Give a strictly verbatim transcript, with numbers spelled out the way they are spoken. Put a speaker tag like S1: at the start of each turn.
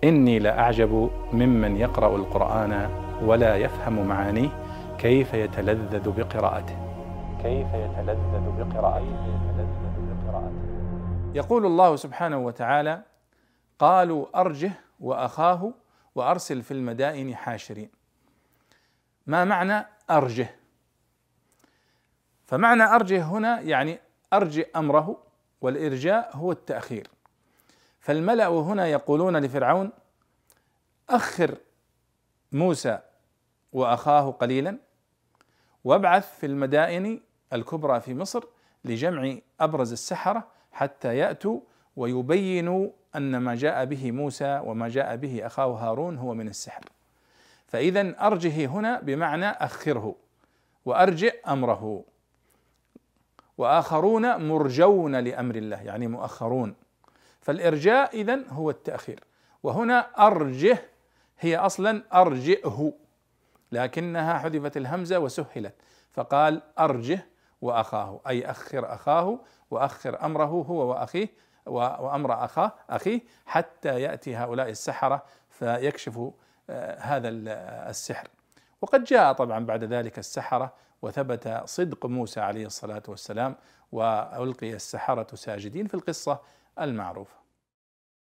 S1: إني لأعجب ممن يقرأ القرآن ولا يفهم معانيه كيف يتلذذ بقراءته كيف يتلذذ بقراءته يقول الله سبحانه وتعالى: قالوا أرجه وأخاه وأرسل في المدائن حاشرين. ما معنى أرجه؟ فمعنى أرجه هنا يعني أرجئ أمره، والإرجاء هو التأخير. فالملأ هنا يقولون لفرعون: أخر موسى وأخاه قليلا وابعث في المدائن الكبرى في مصر لجمع أبرز السحرة حتى يأتوا ويبينوا أن ما جاء به موسى وما جاء به أخاه هارون هو من السحر. فإذا أرجه هنا بمعنى أخره، وأرجئ أمره. وآخرون مرجون لأمر الله يعني مؤخرون، فالإرجاء إذن هو التأخير. وهنا أرجه هي أصلا أرجئه، لكنها حذفت الهمزة وسهلت فقال أرجه وأخاه، أي أخر أخاه وأخر أمره هو وأخيه وأمر أخاه أخيه حتى يأتي هؤلاء السحرة فيكشفوا هذا السحر. وقد جاء طبعا بعد ذلك السحرة وثبت صدق موسى عليه الصلاة والسلام، وألقي السحرة ساجدين في القصة المعروفة.